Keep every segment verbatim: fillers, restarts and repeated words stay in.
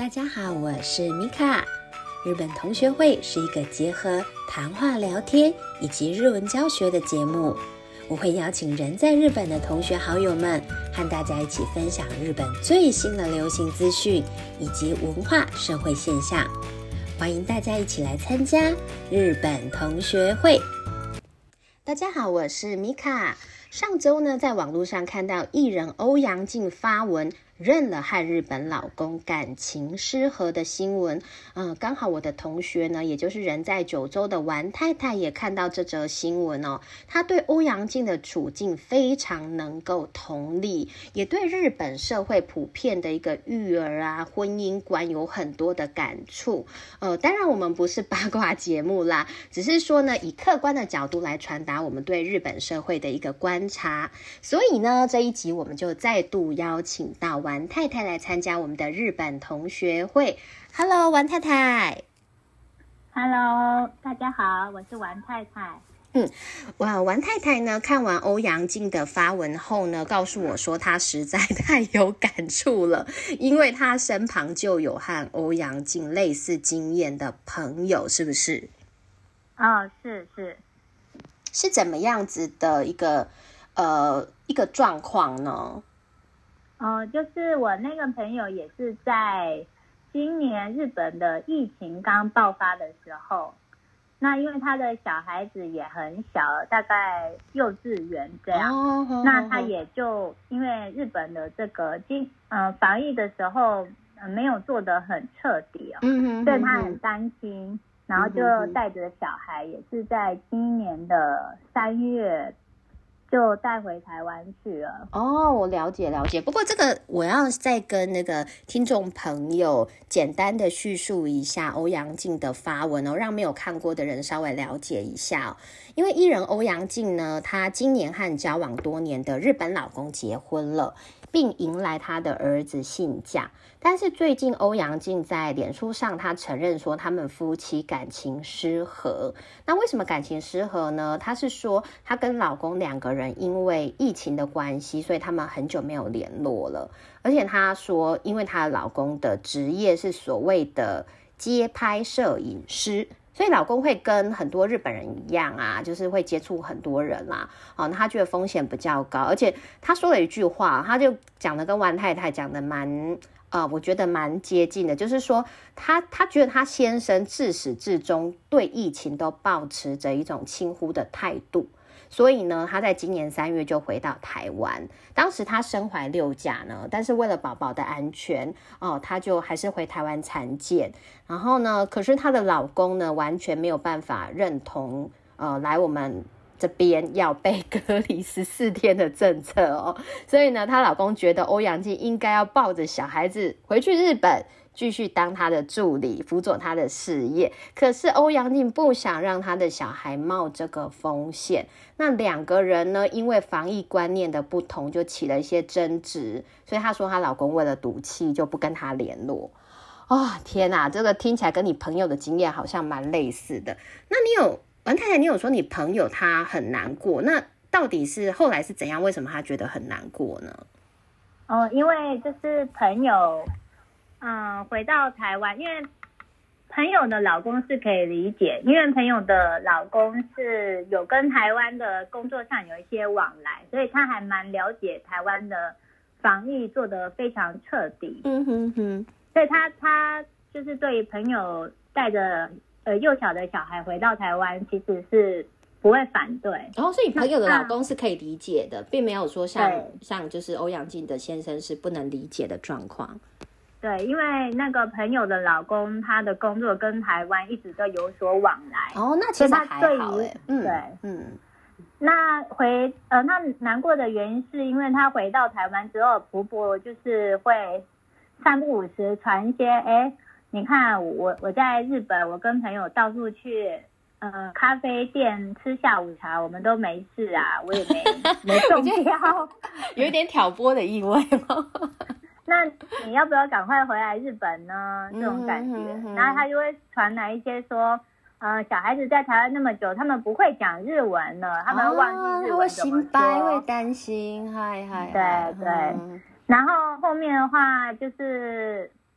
大家好，我是米卡。日本同学会是一个结合谈话聊天以及日文教学的节目，我会邀请人在日本的同学好友们，和大家一起分享日本最新的流行资讯以及文化社会现象。欢迎大家一起来参加日本同学会。大家好，我是米卡。上周呢，在网络上看到艺人欧阳靖发文认了和日本老公感情失和的新闻。嗯，刚好我的同学呢，也就是人在九州的丸太太也看到这则新闻哦。她对欧阳靖的处境非常能够同理，也对日本社会普遍的一个育儿啊、婚姻观有很多的感触。呃，当然我们不是八卦节目啦，只是说呢，以客观的角度来传达我们对日本社会的一个观察。所以呢，这一集我们就再度邀请到丸太太来参加我们的日本同学会。Hello， 丸太太。 Hello， 大家好，我是丸太太。 嗯，哇，丸太太呢，看完欧阳靖的发文后呢，告诉我说她实在太有感触了，因为她身旁就有和欧阳靖类似经验的朋友，是不是？ 哦，是是。 是怎么样子的一个呃一个状况呢？ 哦，就是我那个朋友也是在今年日本的疫情刚爆发的时候，那因为他的小孩子也很小，大概幼稚园这样，哦、那他也就因为日本的这个经呃防疫的时候、呃、没有做得很彻底哦，嗯、所以他很担心。然后就带着小孩，也是在今年的三月就带回台湾去了。 哦，我了解了解。不过这个我要再跟那个听众朋友简单的叙述一下欧阳靖的发文哦，让没有看过的人稍微了解一下哦。因为艺人欧阳靖呢，他今年和交往多年的日本老公结婚了，并迎来他的儿子信佳。但是最近欧阳靖在脸书上他承认说他们夫妻感情失和。那为什么感情失和呢？他是说他跟老公两个人因为疫情的关系，所以他们很久没有联络了。而且他说因为她的老公的职业是所谓的街拍摄影师，所以老公会跟很多日本人一样啊，就是会接触很多人啦、啊哦、那他觉得风险比较高。而且他说了一句话，他就讲的跟丸太太讲的蛮呃，我觉得蛮接近的，就是说他他觉得他先生自始至终对疫情都抱持着一种轻忽的态度，所以呢他在今年三月就回到台湾。当时他身怀六甲呢，但是为了宝宝的安全哦，他就还是回台湾产检。然后呢，可是她的老公呢完全没有办法认同呃来我们这边要被隔离十四天的政策哦，所以呢，她老公觉得欧阳靖应该要抱着小孩子回去日本，继续当他的助理，辅佐他的事业。可是欧阳靖不想让他的小孩冒这个风险。那两个人呢，因为防疫观念的不同，就起了一些争执。所以她说她老公为了赌气，就不跟她联络。哦，天哪，这个听起来跟你朋友的经验好像蛮类似的。那你有？丸太太，你有说你朋友他很难过，那到底是后来是怎样？为什么他觉得很难过呢？ 哦，因为就是朋友，嗯，回到台湾，因为朋友的老公是可以理解，因为朋友的老公是有跟台湾的工作上有一些往来，所以他还蛮了解台湾的防疫做得非常彻底。嗯哼哼，所以他他就是对于朋友带着呃，幼小的小孩回到台湾，其实是不会反对。 然后、哦，所以朋友的老公是可以理解的，并没有说像像就是欧阳靖的先生是不能理解的状况。 对，因为那个朋友的老公，他的工作跟台湾一直都有所往来。 哦，那其实还好哎。 嗯，对，嗯。那回呃，那难过的原因是因为他回到台湾之后，婆婆就是会三不五时传一些哎。你看我我在日本，我跟朋友到处去呃咖啡店吃下午茶，我们都没事啊，我也没没中标， 有一点挑拨的意味吗？ 那你要不要赶快回来日本呢？这种感觉，嗯、哼哼然后他就会传来一些说，呃，小孩子在台湾那么久，他们不会讲日文了，他们会忘记日文怎么说，哦、会心掰，会担心，嗨嗨， 对对。嗯、然后后面的话就是。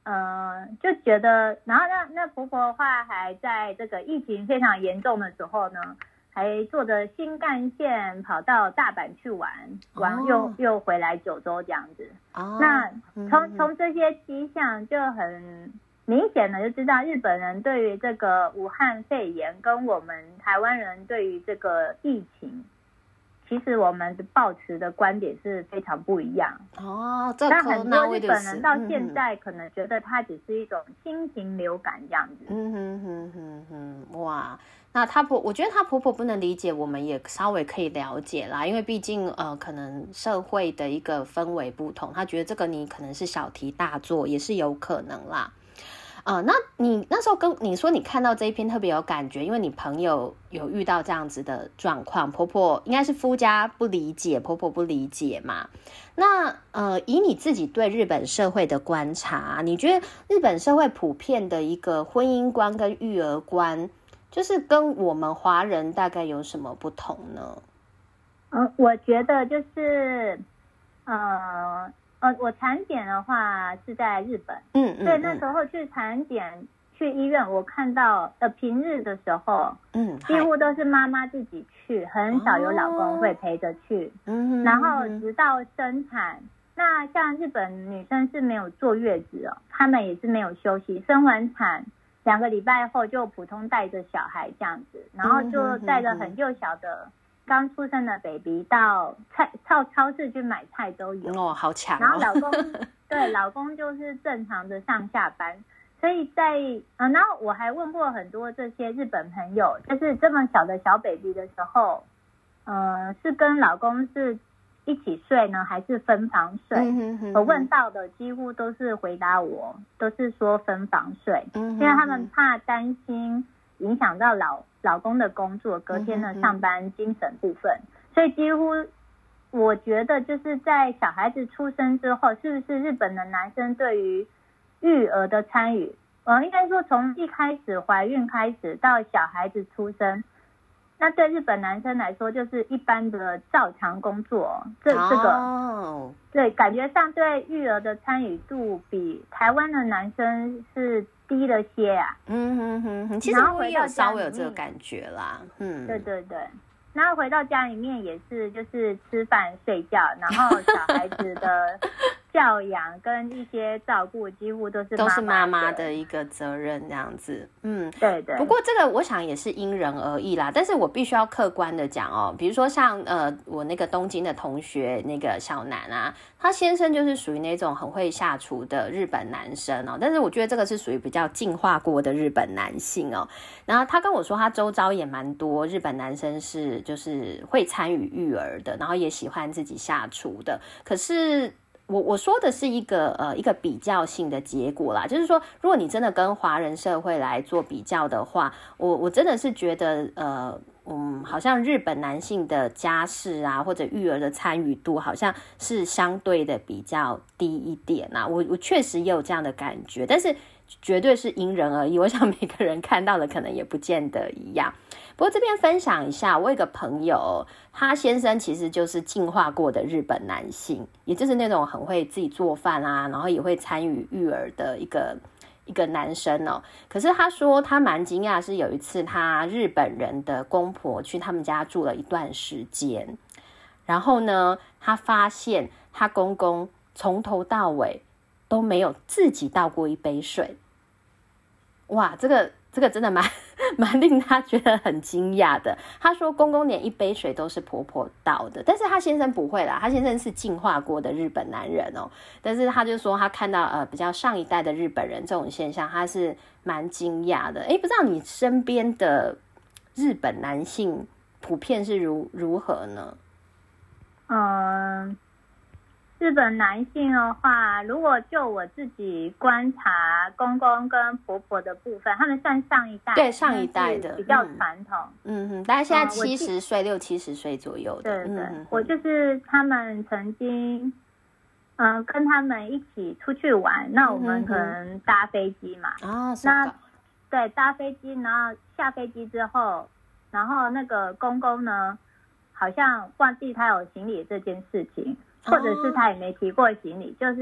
呃，就觉得，然后那那婆婆的话，还在这个疫情非常严重的时候呢，还坐着新干线跑到大阪去玩，玩、哦、又又回来九州这样子。哦，那从从这些迹象就很明显的就知道，日本人对于这个武汉肺炎跟我们台湾人对于这个疫情，其实我们的抱持的观点是非常不一样哦。这但很多日本人到现在可能觉得它只是一种新型流感这样子。 嗯哼哼哼哼，哇！那她婆，我觉得她婆婆不能理解，我们也稍微可以了解啦，因为毕竟呃，可能社会的一个氛围不同，她觉得这个你可能是小题大做，也是有可能啦。呃，那你那时候跟你说你看到这一篇特别有感觉，因为你朋友有遇到这样子的状况，婆婆应该是夫家不理解，婆婆不理解嘛。那呃，以你自己对日本社会的观察，你觉得日本社会普遍的一个婚姻观跟育儿观，就是跟我们华人大概有什么不同呢？ 呃，我觉得就是呃。呃，我产检的话是在日本，嗯嗯，所以那时候去产检去医院，我看到呃平日的时候，嗯，几乎都是妈妈自己去，很少有老公会陪着去，嗯，然后直到生产，那像日本女生是没有坐月子哦，她们也是没有休息，生完产两个礼拜后就普通带着小孩这样子，然后就带着很幼小的。刚出生的 baby 到菜到超市去买菜都有哦，好强、哦！ 然后老公对老公就是正常的上下班，所以在呃，然后我还问过很多这些日本朋友，就是这么小的小 baby 的时候，呃，是跟老公是一起睡呢，还是分房睡？嗯、哼哼哼我问到的几乎都是回答我，都是说分房睡，嗯、因为他们怕担心影响到老。老公的工作，隔天的上班精神部分，嗯、所以几乎我觉得就是在小孩子出生之后，是不是日本的男生对于育儿的参与，呃，应该说从一开始怀孕开始到小孩子出生，那对日本男生来说就是一般的照常工作，这这个、哦、对，感觉上对育儿的参与度比台湾的男生是低了些啊， 嗯哼哼哼，其实我也有稍微有这个感觉啦，嗯， 对对对，然后回到家里面也是就是吃饭睡觉，然后小孩子的教养跟一些照顾几乎都是都是妈妈的一个责任这样子，嗯， 对对。 不过这个我想也是因人而异啦，但是我必须要客观的讲哦，比如说像呃我那个东京的同学那个小南啊，他先生就是属于那种很会下厨的日本男生哦，但是我觉得这个是属于比较进化过的日本男性哦。然后他跟我说，他周遭也蛮多日本男生是就是会参与育儿的，然后也喜欢自己下厨的。可是我我说的是一个呃一个比较性的结果啦，就是说，如果你真的跟华人社会来做比较的话，我我真的是觉得呃。嗯，好像日本男性的家事啊，或者育儿的参与度，好像是相对的比较低一点啊。我我确实也有这样的感觉，但是绝对是因人而异。我想每个人看到的可能也不见得一样。不过这边分享一下，我有一个朋友，他先生其实就是进化过的日本男性，也就是那种很会自己做饭啊，然后也会参与育儿的一个。一个男生哦，可是他说他蛮惊讶，是有一次他日本人的公婆去他们家住了一段时间，然后呢，他发现他公公从头到尾都没有自己倒过一杯水，哇，这个这个真的蛮蛮令他觉得很惊讶的。他说公公连一杯水都是婆婆倒的，但是他先生不会啦，他先生是进化过的日本男人哦。但是他就说他看到呃比较上一代的日本人这种现象，他是蛮惊讶的。诶，不知道你身边的日本男性普遍是如如何呢？ 嗯。日本男性的话，如果就我自己观察公公跟婆婆的部分，他们算上一代， 对上一代的比较传统， 嗯哼，大概现在七十岁、六七十岁左右的。 对对， 嗯、 我就是他们曾经，嗯、呃，跟他们一起出去玩，那我们可能搭飞机嘛， 啊、嗯， 那对搭飞机，然后下飞机之后，然后那个公公呢，好像忘记他有行李这件事情。或者是他也没提过行李，就是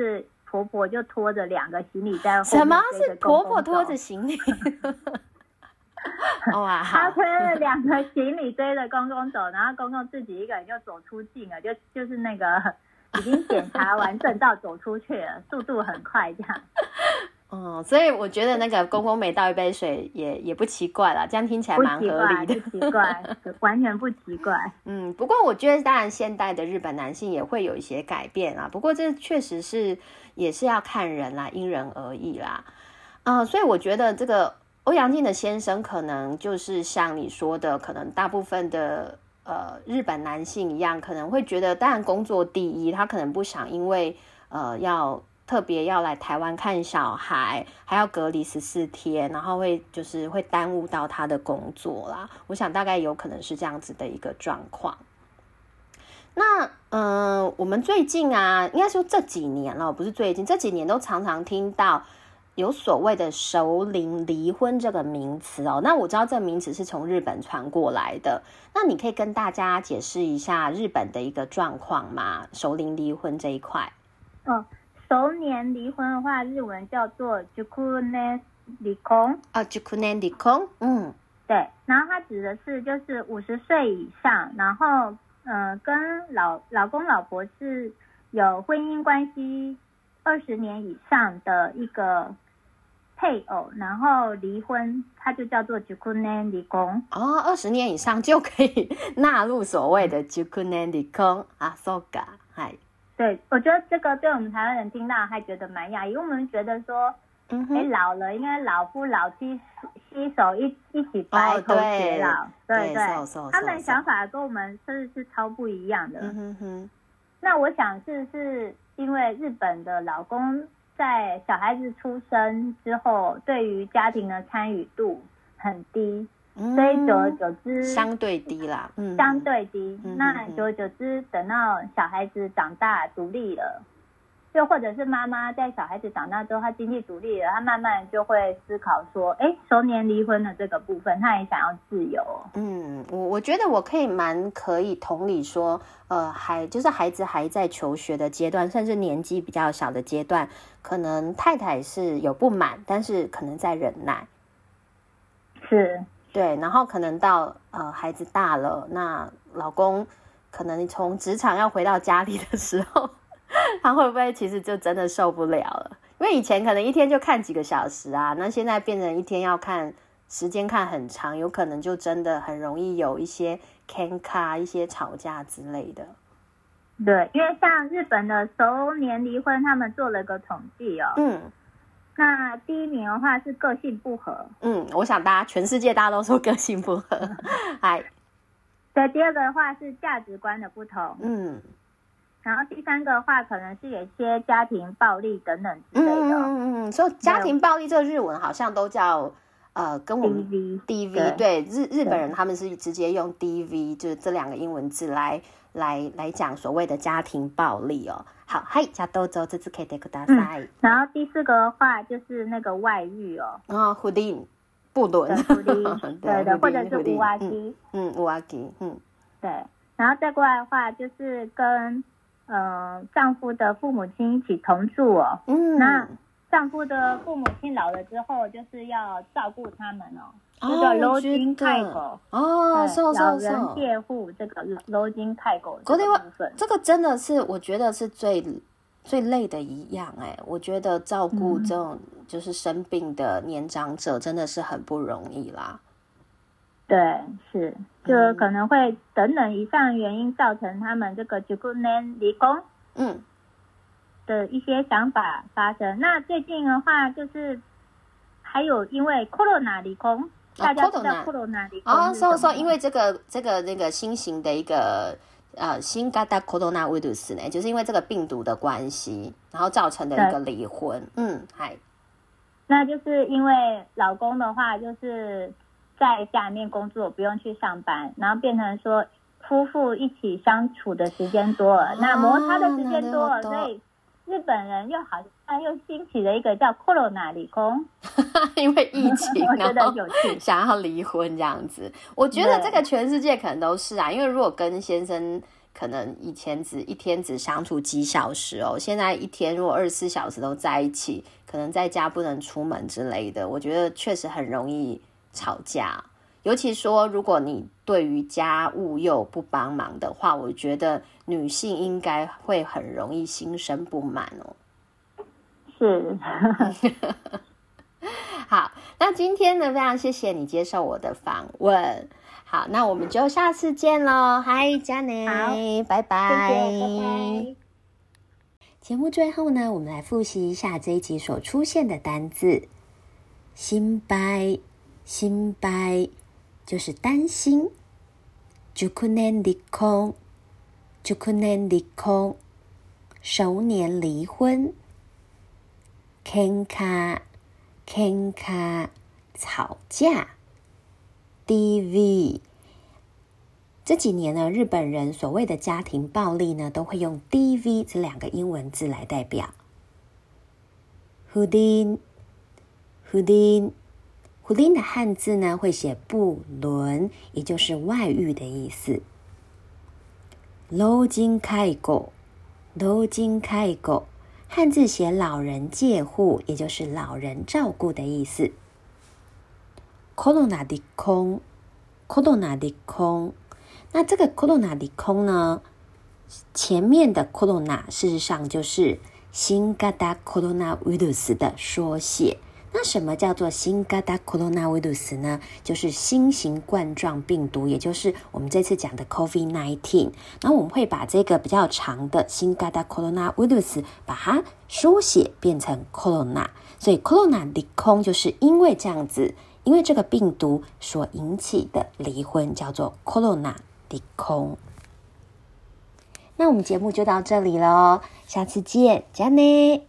婆婆就拖着两个行李在后面。 什么是婆婆拖着行李？哇， 她推了两个行李追着公公走，然后公公自己一个人就走出境了，就就是那个已经检查完证照走出去了，速度很快这样。 哦，所以我觉得那个公公没倒一杯水也也不奇怪啦，这样听起来蛮合理的。 不奇怪，不奇怪，完全不奇怪。 嗯，不过我觉得当然现代的日本男性也会有一些改变啦，不过这确实是也是要看人啦，因人而异啦。呃，所以我觉得这个欧阳靖的先生可能就是像你说的，可能大部分的呃日本男性一样，可能会觉得当然工作第一，他可能不想因为呃要特别要来台湾看小孩，还要隔离十四天，然后会就是会耽误到他的工作啦。我想大概有可能是这样子的一个状况。那嗯、呃，我们最近啊，应该说这几年了，不是最近，这几年都常常听到有所谓的熟龄离婚这个名词哦。那我知道这个名词是从日本传过来的，那你可以跟大家解释一下日本的一个状况吗？熟龄离婚这一块。 哦。熟年离婚的话，日文叫做 jukunen 离婚。 啊 jukunen 离婚，嗯， 对。然后它指的是就是五十岁以上，然后呃跟老老公老婆是有婚姻关系二十年以上的一个配偶，然后离婚，它就叫做 jukunen 离婚。 哦，二十年以上就可以纳入所谓的 jukunen 离婚啊，そうか，はい。 对，我觉得这个对我们台湾人听到还觉得蛮讶异，因为我们觉得说，嗯哼，老了应该老夫老妻携手一一起白头偕老，哦、对 对, 对 so, so, so, 他们的想法跟我们是是超不一样的。嗯哼哼。那我想是是因为日本的老公在小孩子出生之后，对于家庭的参与度很低。所以久而久之相对低啦， 嗯，相对低。嗯、那久而久之，等到小孩子长大独立了，又或者是妈妈在小孩子长大之后，她经济独立了，她慢慢就会思考说，哎，熟年离婚的这个部分，她也想要自由。 嗯，我我觉得我可以蛮可以同理说，呃，还就是孩子还在求学的阶段，甚至年纪比较小的阶段，可能太太是有不满，但是可能在忍耐。 是。 对，然后可能到呃孩子大了，那老公可能从职场要回到家里的时候，他会不会其实就真的受不了了？因为以前可能一天就看几个小时啊，那现在变成一天要看时间看很长，有可能就真的很容易有一些喧嘩、一些吵架之类的。 对，因为像日本的熟年离婚，他们做了个统计哦。嗯。那第一名的话是个性不合， 嗯，我想大家全世界大家都说个性不合，哎， 对，第二个的话是价值观的不同，嗯，然后第三个的话可能是有些家庭暴力等等之类的，嗯嗯嗯，所以家庭暴力这个日文好像都叫呃跟我们 D V D V， 对, 对日日本人他们是直接用 D V 就是这两个英文字来来来讲所谓的家庭暴力哦。好，嗨，加多州这次可以takeください。 然后第四个的话就是那个外遇哦。 啊，不伦，不伦， 对的，或者是乌瓦基， 嗯，乌瓦基，嗯， 对。然后再过来的话就是跟呃丈夫的父母亲一起同住哦。嗯。那丈夫的父母亲老了之后，就是要照顾他们哦。那个老金太狗哦， 老人介护这个老金太狗这个部分， 这个真的是我觉得是最最累的一样哎。我觉得照顾这种就是生病的年长者真的是很不容易啦。 对，是，就可能会等等以上原因造成他们这个jukunen离婚嗯的一些想法发生。那最近的话就是还有因为 corona 离婚。大家知道 corona 离婚哦，说说因为这个这个那个新型的一个呃新型的 coronavirus 呢，就是因为这个病毒的关系，然后造成的一个离婚。嗯，嗨， 那就是因为老公的话就是在家里面工作，不用去上班，然后变成说夫妇一起相处的时间多了，哦、那摩擦的时间多了，所以日本人又好像又兴起了一个叫 corona 离婚， 因为疫情， 我觉得有趣， 想要离婚这样子。我觉得这个全世界可能都是啊，因为如果跟先生可能以前只一天只相处几小时哦，现在一天如果二十四小时都在一起，可能在家不能出门之类的，我觉得确实很容易吵架。尤其说如果你对于家务又不帮忙的话，我觉得女性应该会很容易心生不满哦。 是好，那今天呢非常谢谢你接受我的访问。好，那我们就下次见咯。嗨，嘉内，拜拜。 谢谢，拜拜。 节目最后呢，我们来复习一下这一集所出现的单字。心配，心配就是担心。熟年離婚，熟年離婚，熟年離婚。喧嘩，喧嘩，吵架。D V 这几年呢，日本人所谓的家庭暴力呢，都会用 D V 这两个英文字来代表。不倫，不倫，不倫的汉字呢会写不伦，也就是外遇的意思。老人介護，老人介護，汉字写老人介護，也就是老人照顾的意思。コロナ離婚，コロナ離婚，那这个コロナ離婚呢，前面的コロナ事实上就是新型コロナウイルス的缩写。那什么叫做新型コロナウイルス呢？就是新型冠状病毒，也就是我们这次讲的 COVID 十九。然后我们会把这个比较长的新型コロナウイルス把它缩写变成コロナ，所以コロナ離婚就是因为这样子，因为这个病毒所引起的离婚叫做コロナ離婚。那我们节目就到这里了，下次见，じゃあね。